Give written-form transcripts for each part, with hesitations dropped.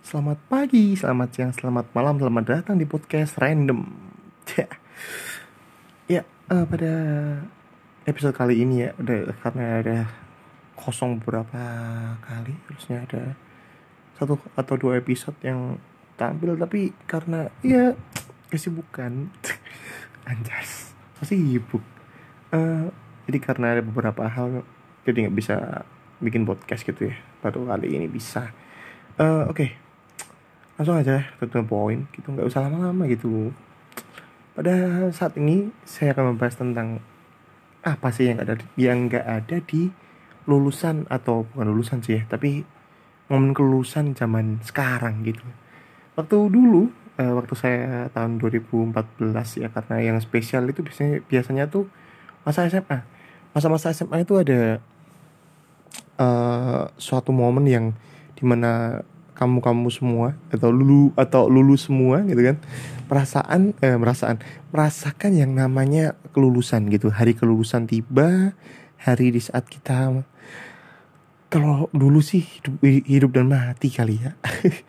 Selamat pagi, selamat siang, selamat malam, selamat datang di podcast Random. Ya, pada episode kali ini ya, karena ada kosong beberapa kali, harusnya ada satu atau dua episode yang tampil, tapi karena ya kesibukan, anjas, masih sibuk. Jadi karena ada beberapa hal, jadi nggak bisa bikin podcast gitu ya. Baru kali ini bisa. Oke. Langsung aja to the point gitu, nggak usah lama-lama gitu. Pada saat ini saya akan membahas tentang apa sih yang nggak ada di lulusan, atau bukan lulusan sih ya, tapi momen kelulusan zaman sekarang gitu. Waktu dulu, waktu saya tahun 2014 ya, karena yang spesial itu biasanya biasanya tuh masa SMA. Masa-masa SMA itu ada suatu momen yang dimana kamu semua atau lulus semua gitu kan, merasakan yang namanya kelulusan gitu. Hari kelulusan tiba, hari di saat kita, kalau dulu sih hidup dan mati kali ya.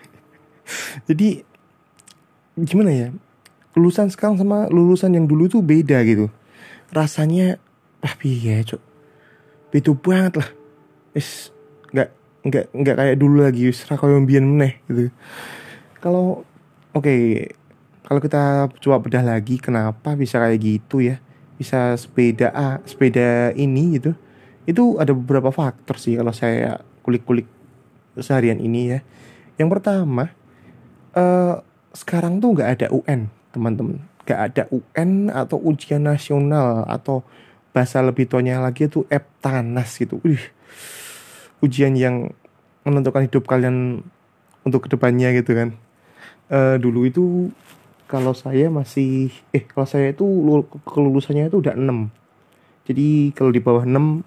Jadi gimana ya, lulusan sekarang sama lulusan yang dulu tuh beda gitu rasanya. Piye cok, beda banget lah. Is nggak nggak kayak dulu lagi, wis ra koyo mbiyen meneh gitu. Kalau oke, kalau kita coba bedah lagi kenapa bisa kayak gitu ya, bisa sepeda ini gitu. Itu ada beberapa faktor sih kalau saya kulik-kulik seharian ini ya. Yang pertama, eh sekarang tuh nggak ada UN, teman-teman. Nggak ada UN atau ujian nasional, atau bahasa lebih tuanya lagi itu Eptanas gitu. Ujian yang menentukan hidup kalian untuk kedepannya gitu kan. Dulu itu kalau saya masih kalau saya itu kelulusannya itu udah 6. Jadi kalau di bawah 6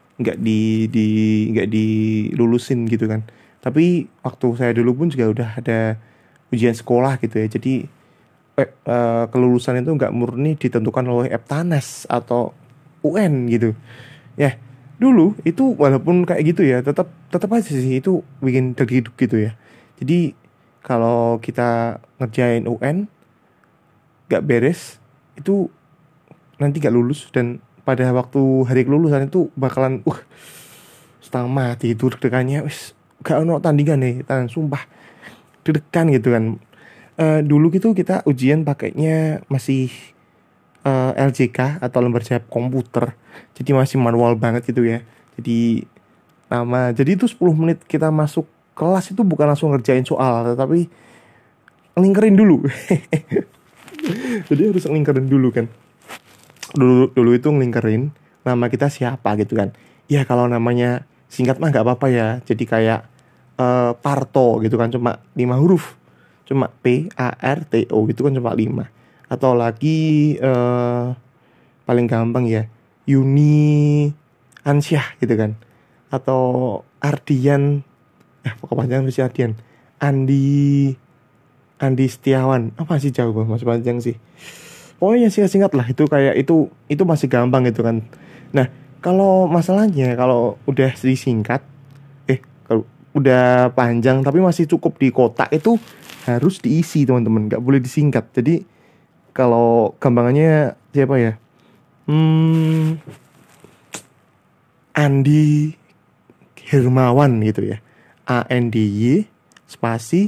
di nggak dilulusin gitu kan. Tapi waktu saya dulu pun juga udah ada ujian sekolah gitu ya. Jadi kelulusan itu nggak murni ditentukan oleh Eptanas atau UN gitu. Ya, dulu itu walaupun kayak gitu ya, tetap tetap aja sih itu bikin terhidup gitu ya. Jadi kalau kita ngerjain UN gak beres, itu nanti gak lulus, dan pada waktu hari kelulusan itu bakalan setengah mati itu deg-degannya. Wis gak ono tandingan nih, tangan sumpah deg-degan gitu kan. Dulu gitu kita ujian pakainya masih LJK atau lembar jawab komputer. Jadi masih manual banget gitu ya. Jadi itu 10 menit kita masuk kelas itu bukan langsung ngerjain soal, tetapi ngelingkerin dulu. Jadi harus ngelingkerin dulu kan. Dulu itu ngelingkerin nama kita siapa gitu kan. Ya kalau namanya singkat mah nggak apa-apa ya. Jadi kayak Parto gitu kan, cuma 5 huruf. Cuma PARTO gitu kan, cuma 5. Atau lagi paling gampang ya, Yuni Ansyah gitu kan. Atau Ardian, pokoknya panjang masih Ardian. Andi Andi Setiawan. Apa sih, jauh banget, masih panjang sih. Pokoknya singkat-singkat lah, itu kayak itu masih gampang gitu kan. Nah, kalau masalahnya kalau udah disingkat, kalau udah panjang tapi masih cukup di kotak, itu harus diisi teman-teman, nggak boleh disingkat. Jadi kalau gampangannya siapa ya? Andi Hermawan gitu ya. ANDY spasi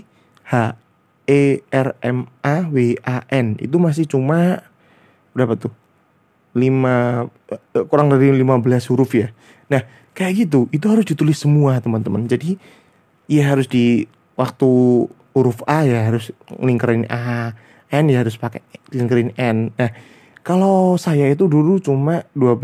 HERMAWAN. Itu masih cuma berapa tuh? 5, kurang dari 15 huruf ya. Nah, kayak gitu, itu harus ditulis semua, teman-teman. Jadi ya harus di waktu huruf A ya harus lingkerin A, N ya harus pakai lingkerin N. Nah, kalau saya itu dulu cuma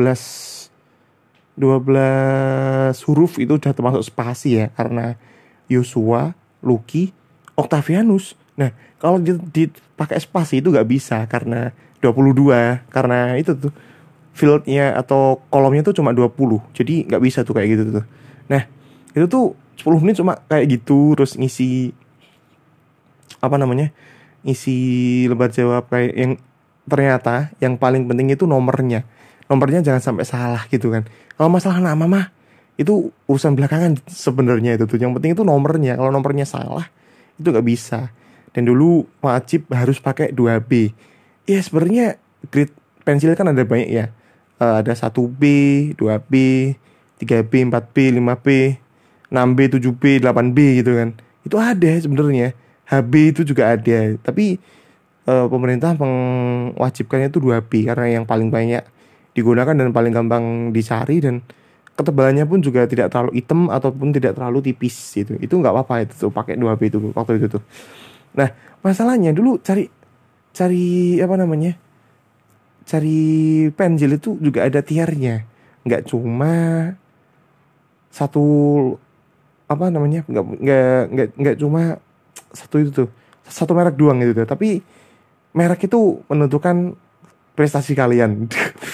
12 huruf itu udah termasuk spasi ya, karena Yosua, Lucky, Octavianus. Nah, kalau dipakai spasi itu nggak bisa karena 22, karena itu tuh fieldnya atau kolomnya tuh cuma 20. Jadi nggak bisa tuh kayak gitu tuh. Nah, itu tuh 10 menit cuma kayak gitu, terus ngisi apa namanya? Ngisi lembar jawab kayak yang ternyata yang paling penting itu nomornya. Nomornya jangan sampai salah gitu kan. Kalau masalah nama mah itu urusan belakangan sebenarnya itu tuh. Yang penting itu nomornya. Kalau nomornya salah, itu nggak bisa. Dan dulu wajib harus pakai 2B. Ya sebenarnya grade pensil kan ada banyak ya. Ada 1B, 2B, 3B, 4B, 5B, 6B, 7B, 8B gitu kan. Itu ada sebenarnya. HB itu juga ada. Tapi pemerintah mewajibkannya itu 2B karena yang paling banyak digunakan dan paling gampang dicari, dan ketebalannya pun juga tidak terlalu hitam ataupun tidak terlalu tipis gitu. Itu nggak apa-apa itu tuh pakai 2B itu waktu itu tuh. Nah, masalahnya dulu cari cari apa namanya? Cari pensil itu juga ada tiernya. Nggak cuma satu apa namanya? Nggak cuma satu itu tuh. Satu merek doang gitu tuh. Tapi merek itu menentukan prestasi kalian.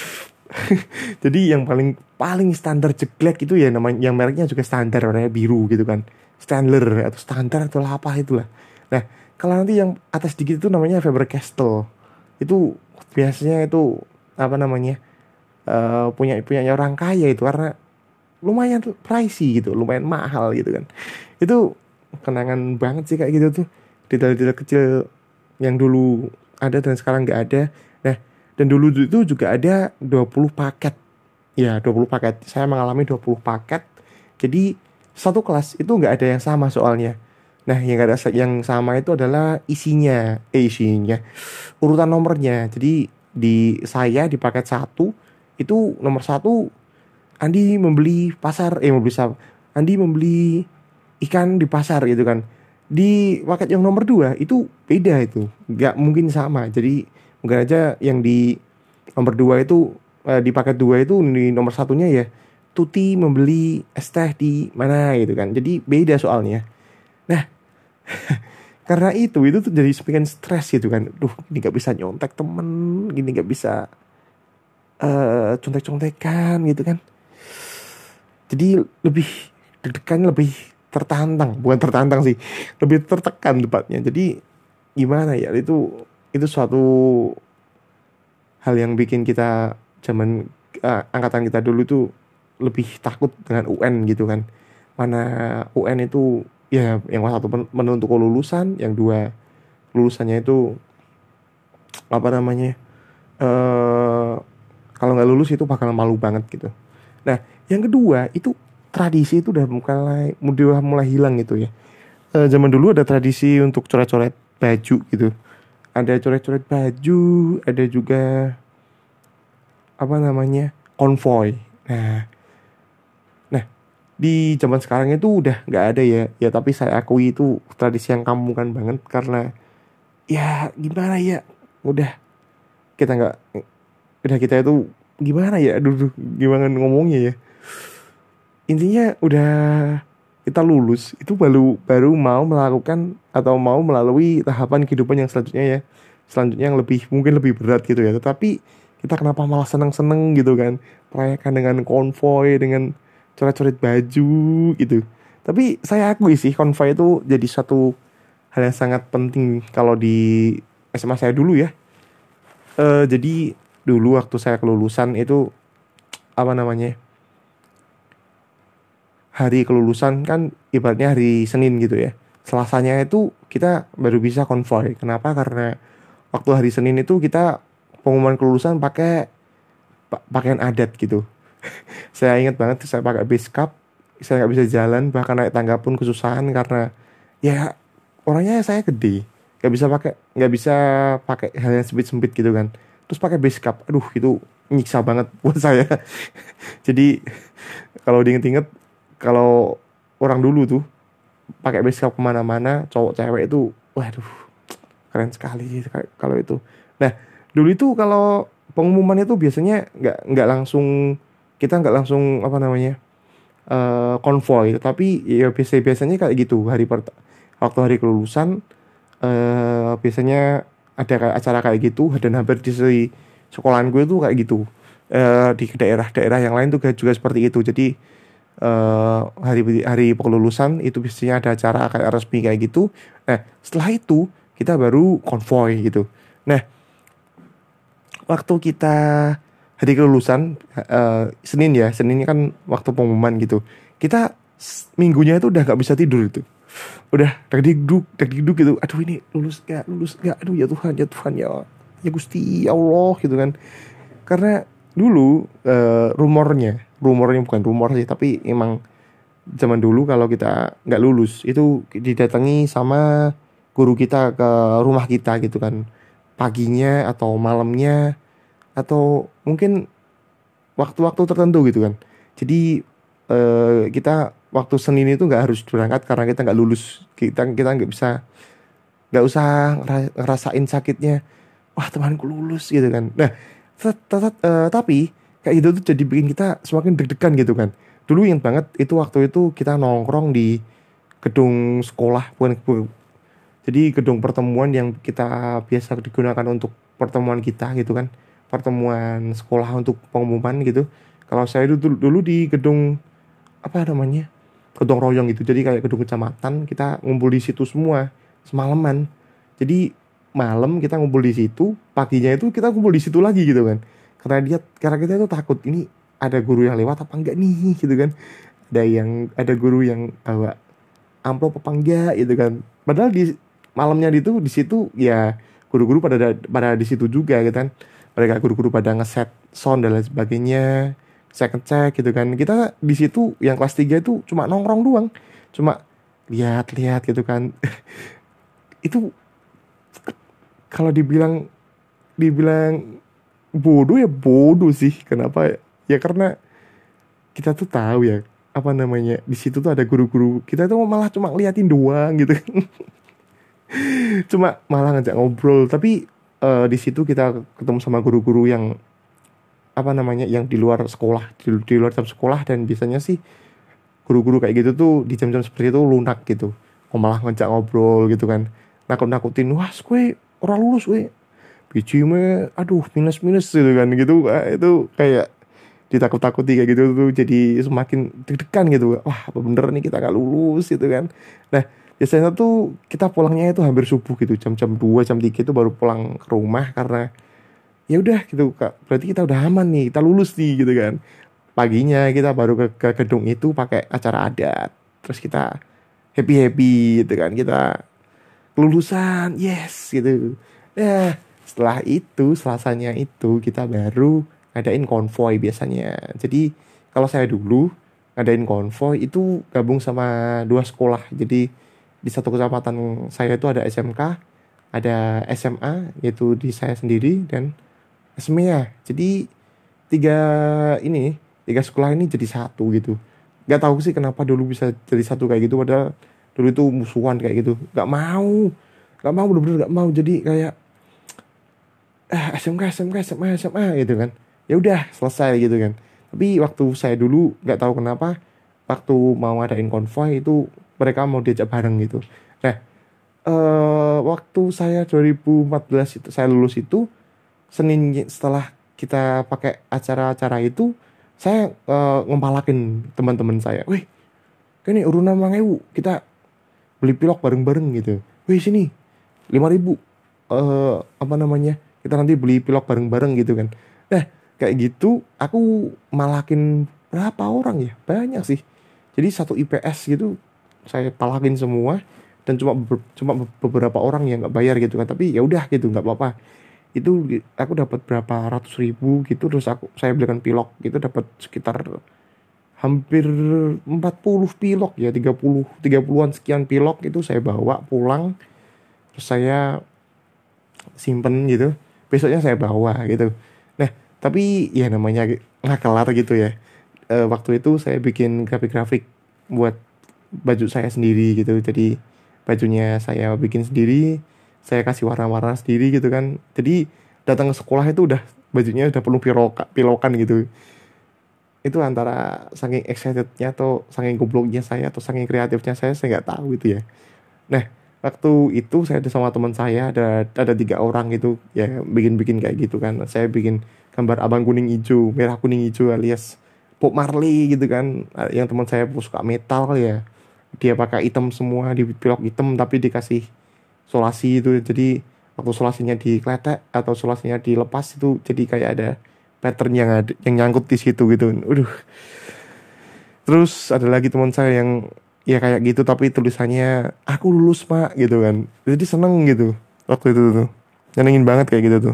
Jadi yang paling paling standar jeglek itu ya namanya, yang mereknya juga standar warnanya biru gitu kan. Standler atau standar atau apa itulah. Nah, kalau nanti yang atas dikit itu namanya Faber-Castell. Itu biasanya itu apa namanya? Punyanya orang kaya itu, karena lumayan pricey gitu, lumayan mahal gitu kan. Itu kenangan banget sih kayak gitu tuh. Detail-detail kecil yang dulu ada dan sekarang nggak ada. Nah, dan dulu itu juga ada 20 paket. Ya, 20 paket. Saya mengalami 20 paket. Jadi, satu kelas itu nggak ada yang sama soalnya. Nah, yang ada yang sama itu adalah isinya. Urutan nomornya. Jadi, di saya di paket satu itu nomor satu, Andi membeli Andi membeli ikan di pasar gitu kan. Di paket yang nomor 2 itu beda, itu nggak mungkin sama. Jadi mungkin aja yang di nomor 2 itu di paket 2 itu di nomor satunya ya Tuti membeli es teh di mana gitu kan. Jadi beda soalnya. Nah, karena itu tuh jadi bikin stres gitu kan. Duh, ini nggak bisa nyontek temen, gini nggak bisa contek-contekan gitu kan. Jadi lebih deg-degan, lebih tertantang, bukan tertantang sih, lebih tertekan tepatnya. Jadi gimana ya, itu suatu hal yang bikin kita zaman angkatan kita dulu tuh lebih takut dengan UN gitu kan. Mana UN itu ya yang satu menentukan kelulusan, yang dua lulusannya itu apa namanya, eh kalau nggak lulus itu bakal malu banget gitu. Nah, yang kedua itu tradisi itu udah mulai hilang gitu ya. Zaman dulu ada tradisi untuk coret-coret baju gitu. Ada coret-coret baju, ada juga apa namanya, konvoy. Nah, di zaman sekarang itu udah nggak ada ya. Ya tapi saya akui itu tradisi yang kampungan banget, karena ya gimana ya, udah kita nggak, udah kita itu gimana ya, aduh gimana ngomongnya ya. Intinya udah kita lulus itu baru baru mau melakukan atau mau melalui tahapan kehidupan yang selanjutnya ya, selanjutnya yang lebih mungkin lebih berat gitu ya. Tetapi kita kenapa malah seneng-seneng gitu kan, merayakan dengan konvoy, dengan coret-coret baju gitu. Tapi saya akui sih konvoy itu jadi satu hal yang sangat penting kalau di SMA saya dulu ya. Jadi dulu waktu saya kelulusan itu apa namanya, hari kelulusan kan ibaratnya hari Senin gitu ya. Selasanya itu kita baru bisa konvoy. Kenapa? Karena waktu hari Senin itu kita pengumuman kelulusan pakai pakaian adat gitu. Saya ingat banget saya pakai base cap, saya nggak bisa jalan, bahkan naik tangga pun kesusahan karena ya orangnya saya gede, nggak bisa pakai hal yang sempit-sempit gitu kan. Terus pakai base cap, aduh itu nyiksa banget buat saya. Jadi kalau diinget-inget, kalau orang dulu tuh pakai base cap kemana-mana, cowok cewek itu, waduh, keren sekali sih kalau itu. Nah, dulu itu kalau pengumuman itu biasanya nggak langsung apa namanya, konvoy, tapi ya biasanya kayak gitu waktu hari kelulusan, biasanya ada kayak acara kayak gitu, dan hampir di sekolahan gue tuh kayak gitu. Di daerah-daerah yang lain tuh juga seperti itu. Jadi hari hari kelulusan itu biasanya ada acara kayak resmi kayak gitu. Nah, setelah itu kita baru konvoy gitu. Nah, waktu kita hari kelulusan, Senin kan waktu pengumuman gitu. Kita minggunya itu udah nggak bisa tidur itu. udah dak dikduk gitu, aduh ini lulus nggak, aduh ya Tuhan ya Gusti ya Allah gitu kan. Karena dulu rumornya bukan rumor sih, tapi emang zaman dulu kalau kita nggak lulus itu didatangi sama guru kita ke rumah kita gitu kan, paginya atau malamnya atau mungkin waktu-waktu tertentu gitu kan. Jadi kita waktu Senin itu nggak harus berangkat karena kita nggak lulus, kita nggak usah ngerasain sakitnya, wah temanku lulus gitu kan. Nah tapi kayak gitu tuh jadi bikin kita semakin deg-degan gitu kan. Dulu ingat banget itu waktu itu kita nongkrong di gedung sekolah, jadi gedung pertemuan yang kita biasa digunakan untuk pertemuan kita gitu kan, pertemuan sekolah untuk pengumuman gitu. Kalau saya dulu di gedung apa namanya, gotong royong gitu, jadi kayak gedung kecamatan, kita ngumpul di situ semua semalaman. Jadi malam kita ngumpul di situ, paginya itu kita ngumpul di situ lagi gitu kan, karena kita itu takut ini ada guru yang lewat apa enggak nih gitu kan, ada guru yang bawa amplop apa enggak gitu kan. Padahal di malamnya itu di situ ya guru-guru pada di situ juga gitu kan, mereka guru-guru pada ngeset sound dan lain sebagainya, saya ngecek gitu kan. Kita di situ yang kelas 3 itu cuma nongkrong doang, cuma lihat-lihat gitu kan. Itu kalau dibilang bodoh ya bodoh sih. Kenapa ya, karena kita tuh tahu ya apa namanya, di situ tuh ada guru-guru, kita tuh malah cuma ngeliatin doang gitu. Cuma malah ngajak ngobrol, tapi di situ kita ketemu sama guru-guru yang apa namanya, yang di luar sekolah, di luar jam sekolah. Dan biasanya sih guru-guru kayak gitu tuh di jam-jam seperti itu lunak gitu, malah ngajak ngobrol gitu kan, nakut-nakutin, wah gue orang lulus gue biji me aduh minus minus gitu kan gitu. Itu kayak ditakut-takuti kayak gitu tuh, jadi semakin deg-degan gitu, wah apa bener nih kita gak lulus gitu kan. Nah biasanya tuh kita pulangnya itu hampir subuh gitu, jam-jam 2 jam 3 itu baru pulang ke rumah, karena ya udah gitu kak, berarti kita udah aman nih, kita lulus nih gitu kan. Paginya kita baru ke gedung itu pakai acara adat, terus kita happy happy gitu kan, kita kelulusan yes gitu. Nah setelah itu selasanya itu kita baru ngadain konvoy biasanya. Jadi kalau saya dulu ngadain konvoy itu gabung sama dua sekolah. Jadi di satu kecamatan saya itu ada SMK, ada SMA yaitu di saya sendiri, dan SMEA. Jadi tiga tiga sekolah ini jadi satu gitu. Gak tahu sih kenapa dulu bisa jadi satu kayak gitu, padahal dulu itu musuhan kayak gitu. Gak mau bener-bener gak mau. Jadi kayak SMK SMA gitu kan, ya udah selesai gitu kan. Tapi waktu saya dulu nggak tahu kenapa, waktu mau ngadain konvoy itu mereka mau diajak bareng gitu. Nah waktu saya 2014 itu saya lulus itu, Senin setelah kita pakai acara-acara itu, saya ngempalakin teman-teman saya, wih ini urunan mangewu, kita beli pilok bareng-bareng gitu. Wih sini 5.000, apa namanya, kita nanti beli pilok bareng-bareng gitu kan. Nah kayak gitu aku malakin berapa orang ya, banyak sih. Jadi satu IPS gitu saya palakin semua, dan cuma beberapa orang yang nggak bayar gitu kan. Tapi ya udah gitu, nggak apa-apa. Itu aku dapat berapa ratus ribu gitu, terus saya belikan pilok gitu, dapat sekitar hampir 40 pilok ya, 30-an sekian pilok itu saya bawa pulang, terus saya simpen gitu, besoknya saya bawa gitu. Nah tapi ya namanya nggak kelar gitu ya. Waktu itu saya bikin grafik-grafik buat baju saya sendiri gitu. Jadi bajunya saya bikin sendiri, saya kasih warna-warna sendiri gitu kan. Jadi datang ke sekolah itu udah bajunya udah penuh pilokan gitu. Itu antara saking excitednya atau saking gobloknya saya atau saking kreatifnya saya nggak tahu gitu ya. Nah waktu itu saya ada sama teman saya, ada 3 orang gitu ya, bikin kayak gitu kan. Saya bikin gambar abang kuning hijau, merah kuning hijau alias Bob Marley gitu kan. Yang teman saya suka metal kali ya, dia pakai hitam semua, di pilok hitam tapi dikasih solasi itu. Jadi waktu solasinya dikletek atau solasinya dilepas itu jadi kayak ada pattern yang nyangkut di situ gitu. Terus ada lagi teman saya yang ya kayak gitu tapi tulisannya aku lulus pak gitu kan, jadi seneng gitu waktu itu tuh, nyenengin banget kayak gitu tuh.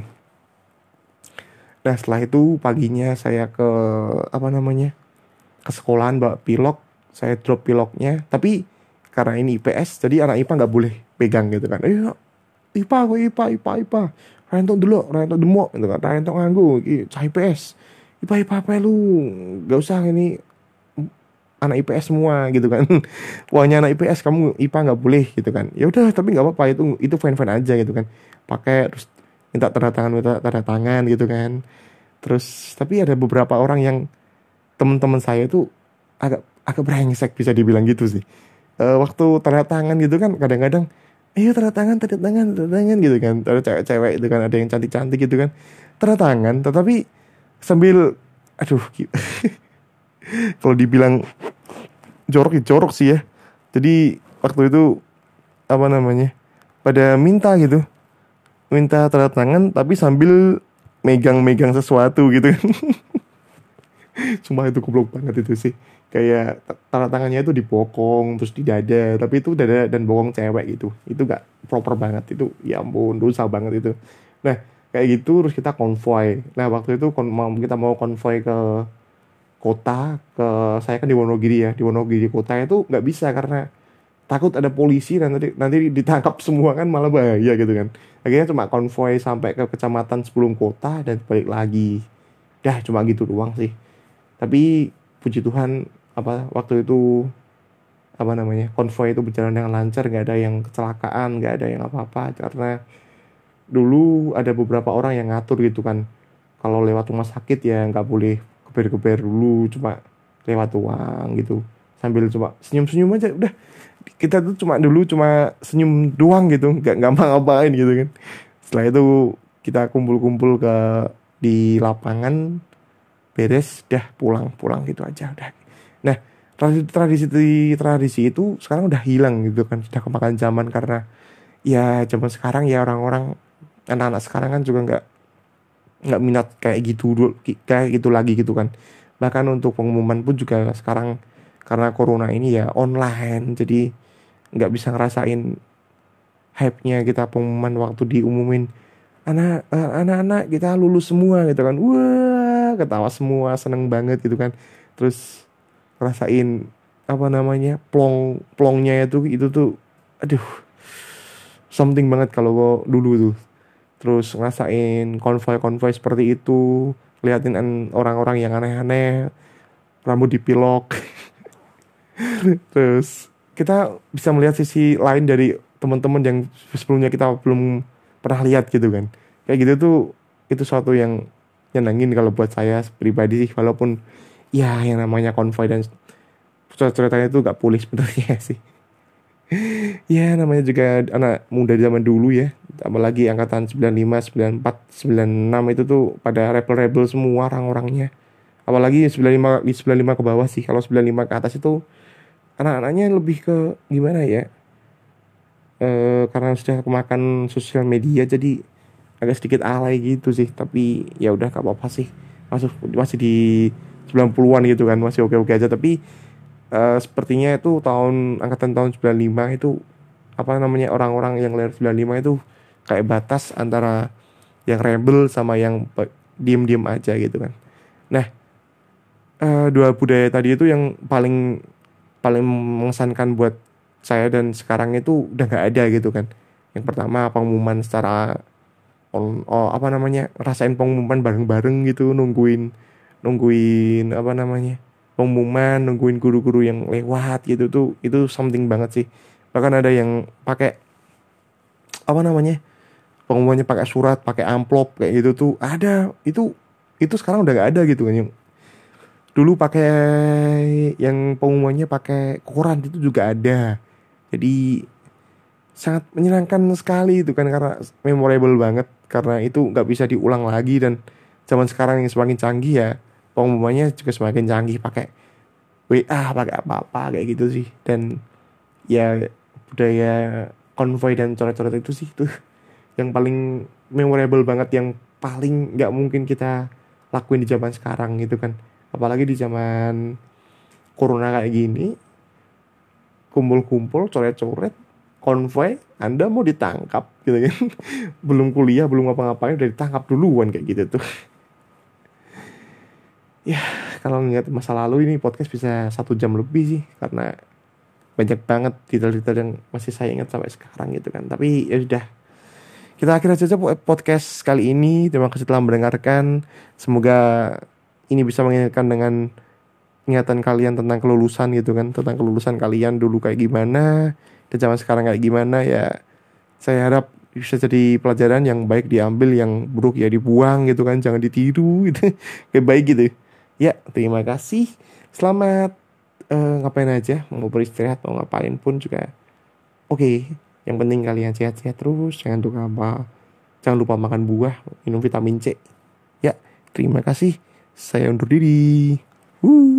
Nah setelah itu paginya saya ke apa namanya, ke sekolahan bawa pilok, saya drop piloknya, tapi karena ini IPS jadi anak IPA nggak boleh pegang gitu kan. IPA aku IPA IPA IPA Rento dulu Rento demok gitu kan, Rento nganggu cah IPS IPA IPA apa lu, gak usah ini anak IPS semua gitu kan. Wahnya anak IPS kamu IPA nggak boleh gitu kan, ya udah tapi nggak apa-apa, itu fine fine aja gitu kan, pakai terus minta tanda tangan gitu kan. Terus tapi ada beberapa orang yang teman-teman saya itu agak agak brengsek bisa dibilang gitu sih. Waktu tanda tangan gitu kan kadang-kadang ayo tanda tangan gitu kan, ada cewek-cewek itu kan, ada yang cantik-cantik gitu kan tanda tangan, tetapi sambil aduh kalau dibilang jorok ya jorok sih ya. Jadi waktu itu apa namanya, pada minta gitu, minta tanda tangan tapi sambil megang-megang sesuatu gitu kan. Sumpah itu goblok banget itu sih. Kayak tanda tangannya itu di bokong terus di dada, tapi itu dada dan bokong cewek gitu. Itu gak proper banget itu. Ya ampun, dosa banget itu. Nah, kayak gitu terus kita konvoy. Nah, waktu itu kita mau konvoy ke kota, ke saya kan di Wonogiri ya. Di Wonogiri kota itu nggak bisa karena takut ada polisi dan nanti ditangkap semua kan malah bahaya gitu kan. Akhirnya cuma konvoy sampai ke kecamatan sebelum kota dan balik lagi. Dah cuma gitu doang sih. Tapi puji Tuhan apa waktu itu apa namanya, konvoy itu berjalan dengan lancar, nggak ada yang kecelakaan, nggak ada yang apa-apa, karena dulu ada beberapa orang yang ngatur gitu kan, kalau lewat rumah sakit ya nggak boleh geber-geber dulu, cuma lewat doang gitu, sambil cuma senyum-senyum aja udah. Kita tuh cuma senyum doang gitu, nggak ngapain gitu kan. Setelah itu kita kumpul-kumpul di lapangan, beres dah pulang pulang gitu aja udah. Nah tradisi tradisi itu sekarang udah hilang gitu kan, sudah kemakan zaman karena ya zaman sekarang ya orang-orang anak-anak sekarang kan juga nggak minat kayak gitu kayak gitu lagi gitu kan. Bahkan untuk pengumuman pun juga sekarang karena corona ini ya online, jadi nggak bisa ngerasain hype-nya kita pengumuman waktu diumumin anak-anak kita lulus semua gitu kan, wah ketawa semua seneng banget gitu kan. Terus ngerasain apa namanya plongnya itu tuh aduh something banget kalau dulu tuh. Terus ngerasain konvoy-konvoy seperti itu, liatin orang-orang yang aneh-aneh rambut dipilok. Terus kita bisa melihat sisi lain dari teman-teman yang sebelumnya kita belum pernah lihat gitu kan. Kayak gitu tuh itu suatu yang nyenengin kalau buat saya pribadi sih, walaupun ya yang namanya konvoy dan ceritanya itu gak pulih sebenarnya sih. Ya namanya juga anak muda di zaman dulu ya, apalagi angkatan 95, 94, 96 itu tuh pada rebel-rebel semua orang-orangnya. Apalagi 95, di 95 ke bawah sih. Kalau 95 ke atas itu anak-anaknya lebih ke gimana ya, karena sudah kemakan sosial media jadi agak sedikit alay gitu sih. Tapi ya udah gak apa-apa sih, masih di 90-an gitu kan, masih oke-oke aja. Tapi sepertinya itu angkatan tahun 95 itu apa namanya, orang-orang yang lahir 95 itu kayak batas antara yang rebel sama yang diem-diem aja gitu kan. Nah, dua budaya tadi itu yang paling paling mengesankan buat saya dan sekarang itu udah nggak ada gitu kan. Yang pertama pengumuman secara apa namanya, rasain pengumuman bareng-bareng gitu, nungguin nungguin apa namanya, pengumuman, nungguin guru-guru yang lewat gitu tuh, itu something banget sih. Bahkan ada yang pakai apa namanya, pengumumannya pakai surat, pakai amplop kayak gitu tuh ada. Itu sekarang udah nggak ada gitu kan. Yang dulu pakai yang pengumumannya pakai koran itu juga ada. Jadi sangat menyenangkan sekali itu kan, karena memorable banget, karena itu nggak bisa diulang lagi. Dan zaman sekarang yang semakin canggih ya, pengumumannya juga semakin canggih, pakai WA, pakai apa-apa kayak gitu sih. Dan ya budaya konvoy dan coret-coret itu sih tuh yang paling memorable banget, yang paling nggak mungkin kita lakuin di zaman sekarang gitu kan. Apalagi di zaman corona kayak gini, kumpul-kumpul, coret-coret, konvoy, Anda mau ditangkap gitu kan. Belum kuliah, belum ngapa-ngapain udah ditangkap duluan kayak gitu tuh. Ya, kalau ngeliat masa lalu ini podcast bisa 1 jam lebih sih, karena banyak banget detail-detail yang masih saya ingat sampai sekarang gitu kan. Tapi ya udah, kita akhiri saja podcast kali ini. Terima kasih telah mendengarkan. Semoga ini bisa mengingatkan dengan ingatan kalian tentang kelulusan gitu kan, tentang kelulusan kalian dulu kayak gimana dan zaman sekarang kayak gimana ya. Saya harap bisa jadi pelajaran yang baik diambil, yang buruk ya dibuang gitu kan, jangan ditiru gitu. Kayak baik gitu. Ya, terima kasih. Selamat ngapain aja, mau beristirahat mau ngapain pun juga. Oke, yang penting kalian sehat-sehat terus, jangan lupa makan buah, minum vitamin C. Ya, terima kasih. Saya undur diri.